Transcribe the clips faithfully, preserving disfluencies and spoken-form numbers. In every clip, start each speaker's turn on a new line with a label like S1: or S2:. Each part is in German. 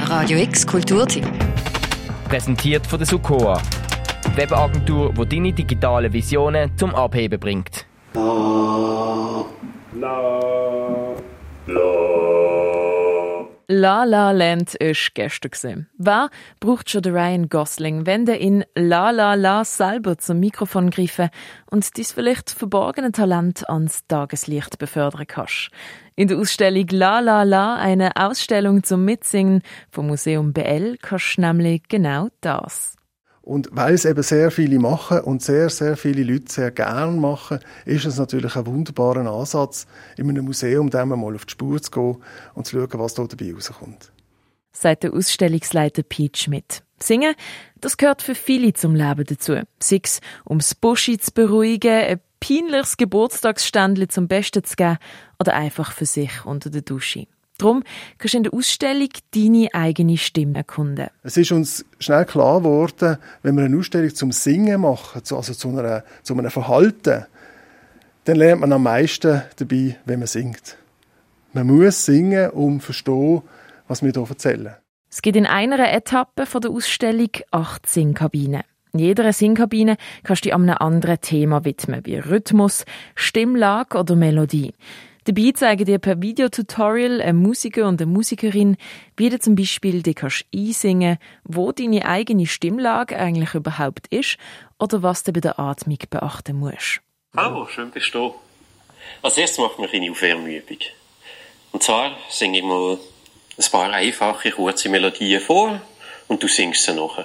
S1: Radio X Kulturtipp.
S2: Präsentiert von der Sukoa, die Webagentur, die deine digitalen Visionen zum Abheben bringt.
S3: La, la, la.
S4: La La Land war gestern. Wer braucht schon den Ryan Gosling, wenn der in La La La selber zum Mikrofon greifen und dies vielleicht verborgene Talent ans Tageslicht befördern kannst? In der Ausstellung La La La, eine Ausstellung zum Mitsingen vom Museum B L, kannst du nämlich genau das.
S5: Und weil es eben sehr viele machen und sehr, sehr viele Leute sehr gern machen, ist es natürlich ein wunderbarer Ansatz, in einem Museum dem mal auf die Spur zu gehen und zu schauen, was da dabei rauskommt.
S4: Sagt der Ausstellungsleiter Pete Schmidt. Singen, das gehört für viele zum Leben dazu. Sei es, um das Buschi zu beruhigen, ein peinliches Geburtstagsständchen zum Besten zu geben oder einfach für sich unter der Dusche. Darum kannst du in der Ausstellung deine eigene Stimme erkunden.
S5: Es ist uns schnell klar geworden, wenn wir eine Ausstellung zum Singen machen, also zu, einer, zu einem Verhalten, dann lernt man am meisten dabei, wenn man singt. Man muss singen, um zu verstehen, was wir hier erzählen.
S4: Es gibt in einer Etappe von der Ausstellung acht Singkabinen. In jeder Singkabine kannst du dich einem anderen Thema widmen, wie Rhythmus, Stimmlage oder Melodie. Dabei zeigen dir per Videotutorial ein Musiker und eine Musikerin, wie du zum Beispiel dich einsingen kannst, wo deine eigene Stimmlage eigentlich überhaupt ist oder was du bei der Atmung beachten musst.
S6: Hallo, schön bist du. Als erstes machen wir eine Aufwärmübung. Und zwar singe ich mal ein paar einfache, kurze Melodien vor und du singst sie nachher.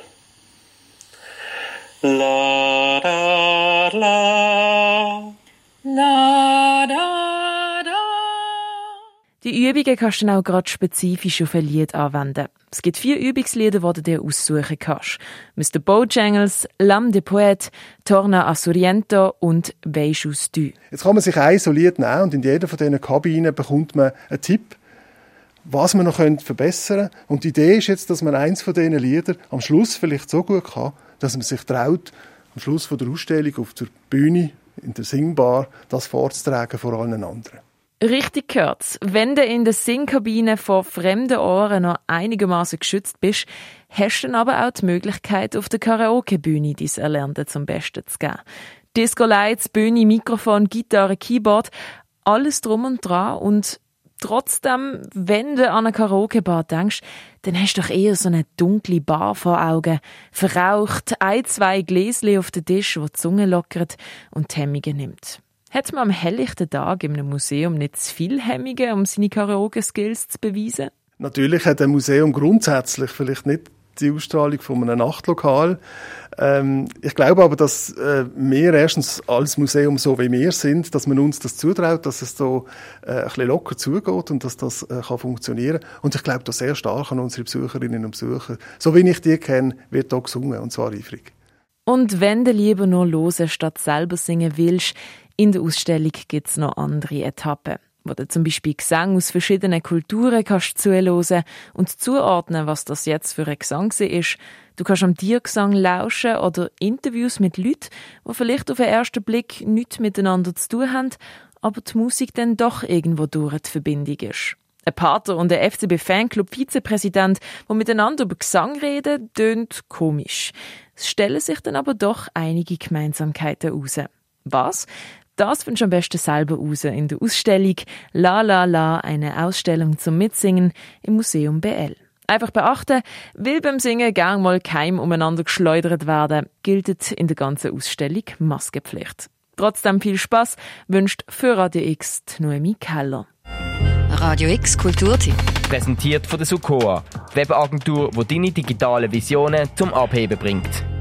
S6: La, da, la,
S4: la, da. Die Übungen kannst du dann auch gerade spezifisch auf ein Lied anwenden. Es gibt vier Übungslieder, die du dir aussuchen kannst. Mister Bojangles, L'Âme des Poètes, Torna a Sorrento und Veijus du.
S5: Jetzt kann man sich ein so Lied nehmen und in jeder von diesen Kabinen bekommt man einen Tipp, was man noch verbessern könnte. Und die Idee ist jetzt, dass man eins von diesen Liedern am Schluss vielleicht so gut kann, dass man sich traut, am Schluss von der Ausstellung auf der Bühne, in der Singbar, das vorzutragen vor allen anderen.
S4: Richtig gehört's. Wenn du in der Singkabine vor fremden Ohren noch einigermaßen geschützt bist, hast du dann aber auch die Möglichkeit, auf der Karaoke-Bühne dein Erlernte zum Besten zu geben. Disco-Lights, Bühne, Mikrofon, Gitarre, Keyboard, alles drum und dran. Und trotzdem, wenn du an eine Karaoke-Bar denkst, dann hast du doch eher so eine dunkle Bar vor Augen. Verraucht, ein, zwei Gläschen auf den Tisch, wo die Zunge lockert und die Hemmungen nimmt. Hat man am helllichten Tag in einem Museum nicht zu viel Hemmungen, um seine Karaoke-Skills zu beweisen?
S5: Natürlich hat ein Museum grundsätzlich vielleicht nicht die Ausstrahlung von einem Nachtlokal. Ähm, ich glaube aber, dass äh, wir erstens als Museum so wie wir sind, dass man uns das zutraut, dass es so äh, ein bisschen locker zugeht und dass das äh, kann funktionieren. Und ich glaube da sehr stark an unsere Besucherinnen und Besucher. So wie ich die kenne, wird da gesungen, und zwar eifrig.
S4: Und wenn du lieber nur hören statt selber singen willst, in der Ausstellung gibt es noch andere Etappen, wo du zum Beispiel Gesang aus verschiedenen Kulturen kannst zuhören und zuordnen, was das jetzt für ein Gesang ist. Du kannst am Tiergesang lauschen oder Interviews mit Leuten, die vielleicht auf den ersten Blick nichts miteinander zu tun haben, aber die Musik dann doch irgendwo durch die Verbindung ist. Ein Pater und ein F C B-Fanclub-Vizepräsident, die miteinander über Gesang reden, tönt komisch. Es stellen sich dann aber doch einige Gemeinsamkeiten heraus. Was? Das findest du am besten selber raus in der Ausstellung La La La, eine Ausstellung zum Mitsingen im Museum B L. Einfach beachten, will beim Singen gern mal Keim umeinander geschleudert werden, gilt in der ganzen Ausstellung Maskenpflicht. Trotzdem viel Spass wünscht für Radio X Noemi Keller.
S1: Radio X Kulturtipp.
S2: Präsentiert von der Sukoa, die Webagentur, die deine digitalen Visionen zum Abheben bringt.